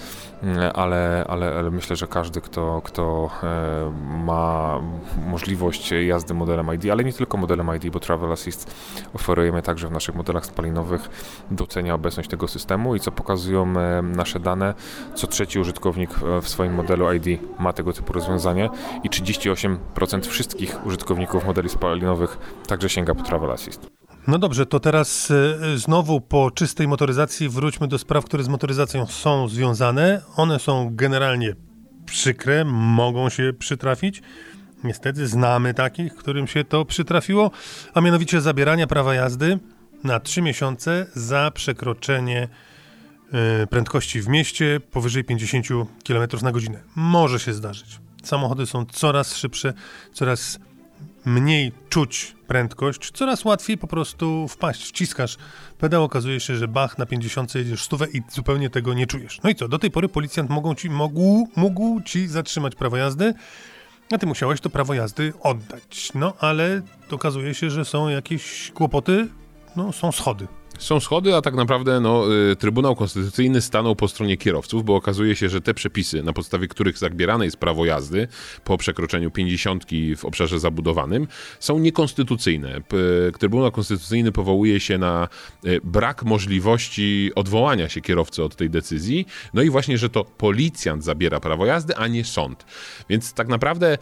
ale myślę, że każdy, kto ma możliwość jazdy modelem ID, ale nie tylko modelem ID, bo Travel Assist oferujemy także w naszych modelach spalinowych, docenia obecność tego systemu i co pokazują nasze dane, co trzeci użytkownik w swoim modelu ID ma tego typu rozwiązanie i 38% wszystkich użytkowników modeli spalinowych także sięga po Travel Assist. No dobrze, to teraz znowu po czystej motoryzacji wróćmy do spraw, które z motoryzacją są związane. One są generalnie przykre, mogą się przytrafić. Niestety znamy takich, którym się to przytrafiło, a mianowicie zabierania prawa jazdy na 3 miesiące za przekroczenie prędkości w mieście powyżej 50 km na godzinę. Może się zdarzyć. Samochody są coraz szybsze, coraz mniej czuć prędkość, coraz łatwiej po prostu wpaść. Wciskasz pedał, okazuje się, że bach, na 50 jedziesz 100 i zupełnie tego nie czujesz. No i co? Do tej pory policjant mógł ci zatrzymać prawo jazdy, a ty musiałeś to prawo jazdy oddać. No ale okazuje się, że są jakieś kłopoty, są schody. Są schody, a tak naprawdę Trybunał Konstytucyjny stanął po stronie kierowców, bo okazuje się, że te przepisy, na podstawie których zabierane jest prawo jazdy po przekroczeniu 50 w obszarze zabudowanym, są niekonstytucyjne. Trybunał Konstytucyjny powołuje się na brak możliwości odwołania się kierowcy od tej decyzji, no i właśnie, że to policjant zabiera prawo jazdy, a nie sąd. Więc tak naprawdę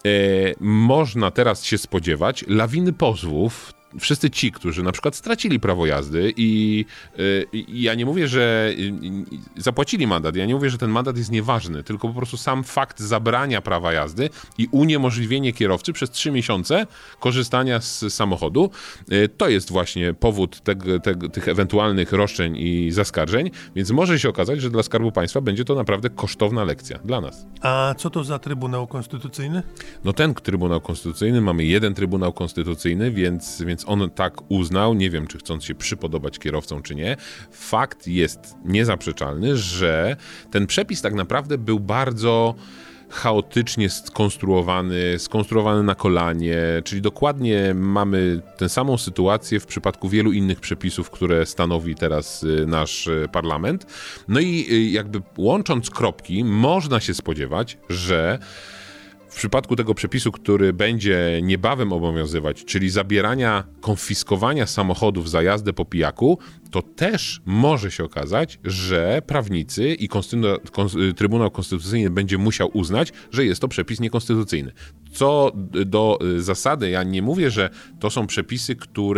można teraz się spodziewać lawiny pozwów. Wszyscy ci, którzy na przykład stracili prawo jazdy i ja nie mówię, że zapłacili mandat, ja nie mówię, że ten mandat jest nieważny, tylko po prostu sam fakt zabrania prawa jazdy i uniemożliwienie kierowcy przez 3 miesiące korzystania z samochodu, to jest właśnie powód tych ewentualnych roszczeń i zaskarżeń, więc może się okazać, że dla Skarbu Państwa będzie to naprawdę kosztowna lekcja dla nas. A co to za Trybunał Konstytucyjny? No ten Trybunał Konstytucyjny, mamy jeden Trybunał Konstytucyjny, więc on tak uznał, nie wiem, czy chcąc się przypodobać kierowcom, czy nie. Fakt jest niezaprzeczalny, że ten przepis tak naprawdę był bardzo chaotycznie skonstruowany na kolanie, czyli dokładnie mamy tę samą sytuację w przypadku wielu innych przepisów, które stanowi teraz nasz parlament. No i jakby łącząc kropki, można się spodziewać, że w przypadku tego przepisu, który będzie niebawem obowiązywać, czyli zabierania, konfiskowania samochodów za jazdę po pijaku, to też może się okazać, że prawnicy i Trybunał Konstytucyjny będzie musiał uznać, że jest to przepis niekonstytucyjny. Co do zasady, ja nie mówię, że to są przepisy,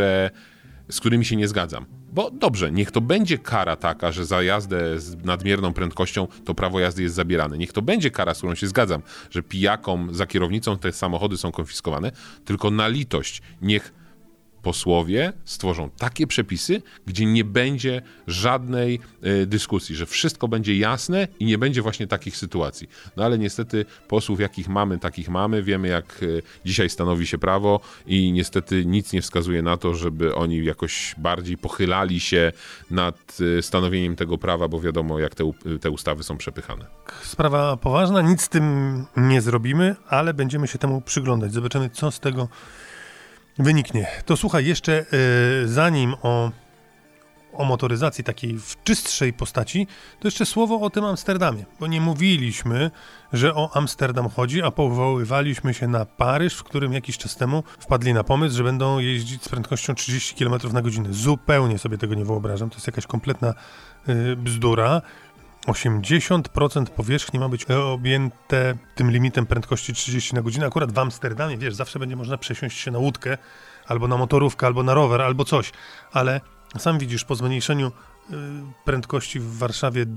z którymi się nie zgadzam. Bo dobrze, niech to będzie kara taka, że za jazdę z nadmierną prędkością to prawo jazdy jest zabierane. Niech to będzie kara, z którą się zgadzam, że pijakom za kierownicą te samochody są konfiskowane, tylko na litość niech posłowie stworzą takie przepisy, gdzie nie będzie żadnej dyskusji, że wszystko będzie jasne i nie będzie właśnie takich sytuacji. No ale niestety posłów jakich mamy, takich mamy. Wiemy, jak dzisiaj stanowi się prawo i niestety nic nie wskazuje na to, żeby oni jakoś bardziej pochylali się nad stanowieniem tego prawa, bo wiadomo, jak te ustawy są przepychane. Sprawa poważna, nic z tym nie zrobimy, ale będziemy się temu przyglądać. Zobaczymy, co z tego wyniknie. To słuchaj, jeszcze zanim o motoryzacji takiej w czystszej postaci, to jeszcze słowo o tym Amsterdamie, bo nie mówiliśmy, że o Amsterdam chodzi, a powoływaliśmy się na Paryż, w którym jakiś czas temu wpadli na pomysł, że będą jeździć z prędkością 30 km na godzinę. Zupełnie sobie tego nie wyobrażam, to jest jakaś kompletna bzdura. 80% powierzchni ma być objęte tym limitem prędkości 30 na godzinę. Akurat w Amsterdamie, wiesz, zawsze będzie można przesiąść się na łódkę, albo na motorówkę, albo na rower, albo coś. Ale sam widzisz, po zmniejszeniu prędkości w Warszawie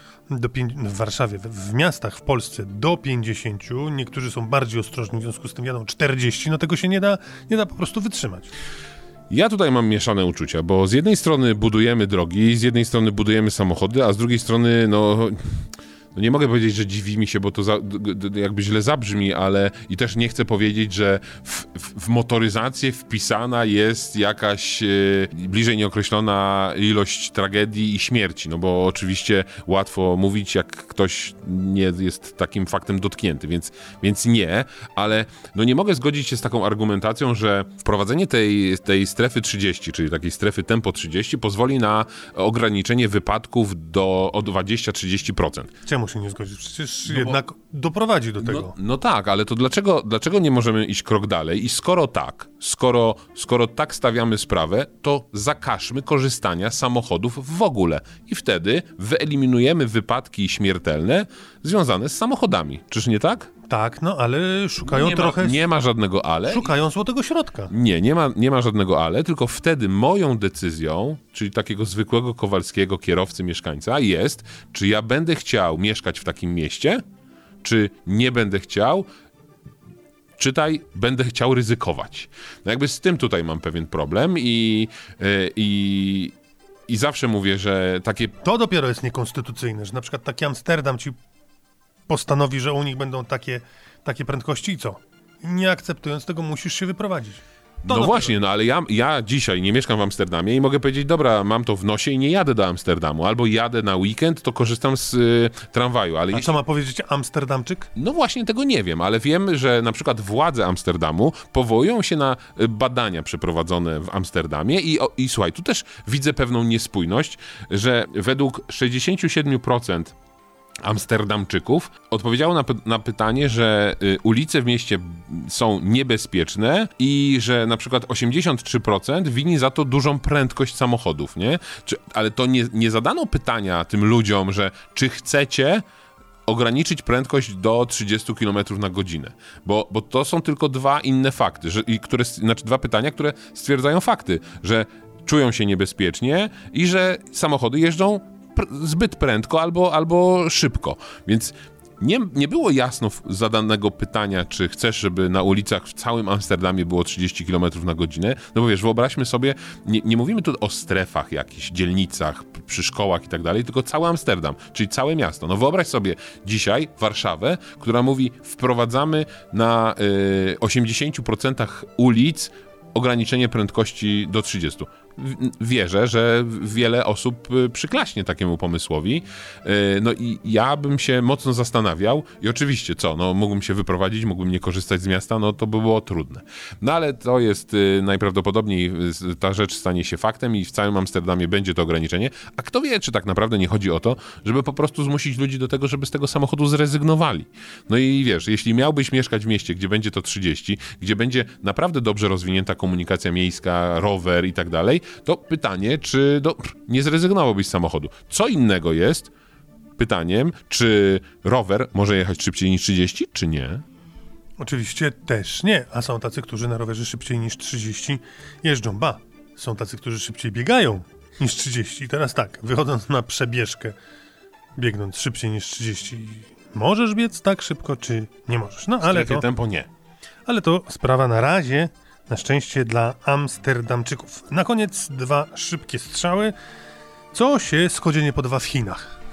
w miastach w Polsce do 50, niektórzy są bardziej ostrożni, w związku z tym jadą 40, no tego się nie da po prostu wytrzymać. Ja tutaj mam mieszane uczucia, bo z jednej strony budujemy drogi, z jednej strony budujemy samochody, a z drugiej strony, nie mogę powiedzieć, że dziwi mi się, bo to jakby źle zabrzmi, ale i też nie chcę powiedzieć, że w motoryzację wpisana jest jakaś bliżej nieokreślona ilość tragedii i śmierci, no bo oczywiście łatwo mówić, jak ktoś nie jest takim faktem dotknięty, więc nie, ale nie mogę zgodzić się z taką argumentacją, że wprowadzenie tej strefy 30, czyli takiej strefy tempo 30 pozwoli na ograniczenie wypadków o 20-30%. Czemu się nie zgodzić? Przecież jednak doprowadzi do tego. No tak, ale to dlaczego nie możemy iść krok dalej? I skoro tak stawiamy sprawę, to zakażmy korzystania z samochodów w ogóle. I wtedy wyeliminujemy wypadki śmiertelne związane z samochodami. Czyż nie tak? Tak, ale szukają nie ma żadnego ale. Szukają złotego środka. Nie ma żadnego ale, tylko wtedy moją decyzją, czyli takiego zwykłego Kowalskiego, kierowcy, mieszkańca, jest, czy ja będę chciał mieszkać w takim mieście, czy nie będę chciał, czytaj, będę chciał ryzykować. No jakby z tym tutaj mam pewien problem i zawsze mówię, że takie... To dopiero jest niekonstytucyjne, że na przykład taki Amsterdam ci postanowi, że u nich będą takie prędkości i co? Nie akceptując tego musisz się wyprowadzić. No właśnie, no ale ja dzisiaj nie mieszkam w Amsterdamie i mogę powiedzieć, dobra, mam to w nosie i nie jadę do Amsterdamu. Albo jadę na weekend, to korzystam z tramwaju. Ale co ma powiedzieć Amsterdamczyk? No właśnie tego nie wiem, ale wiem, że na przykład władze Amsterdamu powołują się na badania przeprowadzone w Amsterdamie i słuchaj, tu też widzę pewną niespójność, że według 67% Amsterdamczyków odpowiedziało na pytanie, że ulice w mieście są niebezpieczne i że na przykład 83% wini za to dużą prędkość samochodów, nie? Ale to nie zadano pytania tym ludziom, że czy chcecie ograniczyć prędkość do 30 km na godzinę, bo to są tylko dwa inne fakty, dwa pytania, które stwierdzają fakty, że czują się niebezpiecznie i że samochody jeżdżą zbyt prędko albo szybko. Więc nie było jasno zadanego pytania, czy chcesz, żeby na ulicach w całym Amsterdamie było 30 km na godzinę. No bo wiesz, wyobraźmy sobie, nie mówimy tu o strefach jakichś, dzielnicach, przy szkołach i tak dalej, tylko cały Amsterdam, czyli całe miasto. No wyobraź sobie dzisiaj Warszawę, która mówi, wprowadzamy na 80% ulic ograniczenie prędkości do 30. Wierzę, że wiele osób przyklaśnie takiemu pomysłowi. No i ja bym się mocno zastanawiał i oczywiście no mógłbym się wyprowadzić, mógłbym nie korzystać z miasta, no to by było trudne. No ale to jest najprawdopodobniej ta rzecz stanie się faktem i w całym Amsterdamie będzie to ograniczenie, a kto wie, czy tak naprawdę nie chodzi o to, żeby po prostu zmusić ludzi do tego, żeby z tego samochodu zrezygnowali. No i wiesz, jeśli miałbyś mieszkać w mieście, gdzie będzie to 30, gdzie będzie naprawdę dobrze rozwinięta komunikacja miejska, rower i tak dalej, to pytanie, czy nie zrezygnowałbyś z samochodu. Co innego jest pytaniem, czy rower może jechać szybciej niż 30, czy nie? Oczywiście też nie, a są tacy, którzy na rowerze szybciej niż 30 jeżdżą. Są tacy, którzy szybciej biegają niż 30. Teraz tak, wychodząc na przebieżkę, biegnąc szybciej niż 30, możesz biec tak szybko, czy nie możesz? No ale to tempo nie. Ale to sprawa na razie, na szczęście dla Amsterdamczyków. Na koniec dwa szybkie strzały. Co się Skodzie nie podoba w Chinach?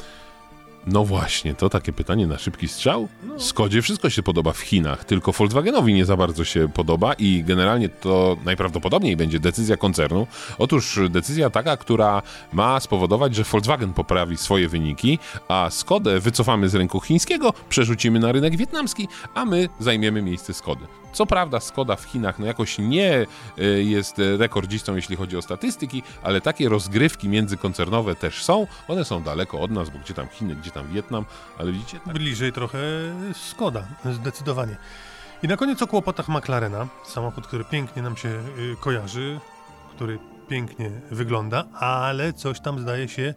No właśnie, to takie pytanie na szybki strzał. Skodzie wszystko się podoba w Chinach, tylko Volkswagenowi nie za bardzo się podoba i generalnie to najprawdopodobniej będzie decyzja koncernu. Otóż decyzja taka, która ma spowodować, że Volkswagen poprawi swoje wyniki, a Skodę wycofamy z rynku chińskiego, przerzucimy na rynek wietnamski, a my zajmiemy miejsce Skody. Co prawda Skoda w Chinach jakoś nie jest rekordzistą, jeśli chodzi o statystyki, ale takie rozgrywki międzykoncernowe też są. One są daleko od nas, bo gdzie tam Chiny, gdzie tam Wietnam, ale widzicie? Tak. Bliżej trochę Skoda, zdecydowanie. I na koniec o kłopotach McLarena. Samochód, który pięknie nam się kojarzy, który pięknie wygląda, ale coś tam zdaje się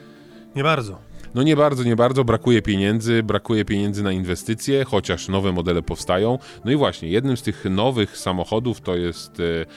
nie bardzo. No nie bardzo, brakuje pieniędzy na inwestycje, chociaż nowe modele powstają. No i właśnie, jednym z tych nowych samochodów to jest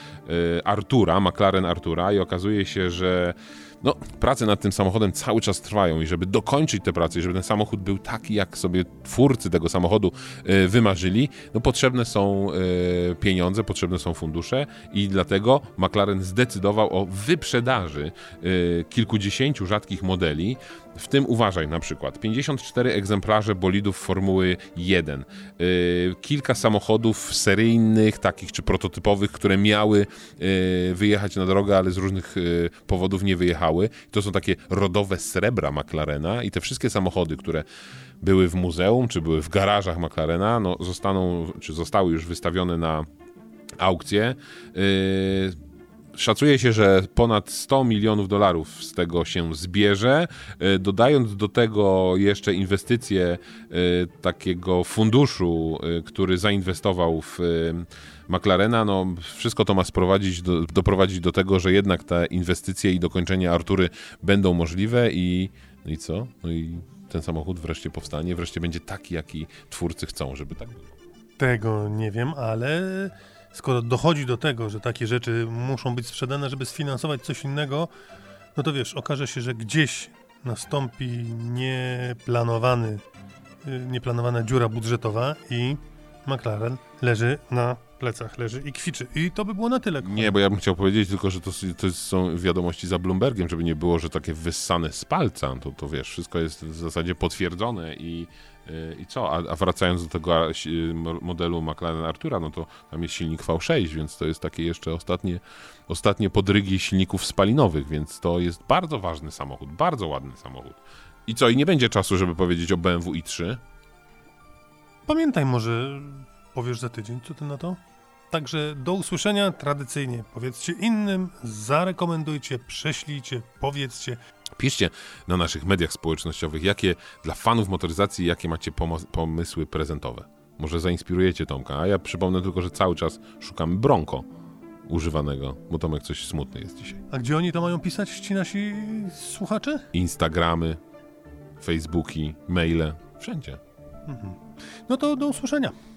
Artura, McLaren Artura i okazuje się, że prace nad tym samochodem cały czas trwają i żeby dokończyć te prace, żeby ten samochód był taki, jak sobie twórcy tego samochodu wymarzyli, potrzebne są pieniądze, potrzebne są fundusze i dlatego McLaren zdecydował o wyprzedaży kilkudziesięciu rzadkich modeli, w tym uważaj na przykład 54 egzemplarze bolidów Formuły 1, kilka samochodów seryjnych, takich czy prototypowych, które miały wyjechać na drogę, ale z różnych powodów nie wyjechały. To są takie rodowe srebra McLarena i te wszystkie samochody, które były w muzeum, czy były w garażach McLarena, zostały już wystawione na aukcję. Szacuje się, że ponad $100 milionów z tego się zbierze, dodając do tego jeszcze inwestycje takiego funduszu, który zainwestował w McLarena, wszystko to ma doprowadzić do tego, że jednak te inwestycje i dokończenie Artury będą możliwe i co? I ten samochód wreszcie powstanie, wreszcie będzie taki, jaki twórcy chcą, żeby tak było. Tego nie wiem, ale skoro dochodzi do tego, że takie rzeczy muszą być sprzedane, żeby sfinansować coś innego, to wiesz, okaże się, że gdzieś nastąpi nieplanowana dziura budżetowa i McLaren leży na plecach, leży i kwiczy. I to by było na tyle. Nie, bo ja bym chciał powiedzieć tylko, że to są wiadomości za Bloombergiem, żeby nie było, że takie wyssane z palca, to wiesz, wszystko jest w zasadzie potwierdzone i co? A wracając do tego modelu McLaren Artura, no to tam jest silnik V6, więc to jest takie jeszcze ostatnie podrygi silników spalinowych, więc to jest bardzo ważny samochód, bardzo ładny samochód. I co? I nie będzie czasu, żeby powiedzieć o BMW i3? Pamiętaj, może powiesz za tydzień, co ty na to? Także do usłyszenia tradycyjnie. Powiedzcie innym, zarekomendujcie, prześlijcie, powiedzcie. Piszcie na naszych mediach społecznościowych, jakie dla fanów motoryzacji, jakie macie pomysły prezentowe. Może zainspirujecie Tomka, a ja przypomnę tylko, że cały czas szukamy Bronco używanego, bo Tomek coś smutny jest dzisiaj. A gdzie oni to mają pisać, ci nasi słuchacze? Instagramy, Facebooki, maile, wszędzie. No to do usłyszenia.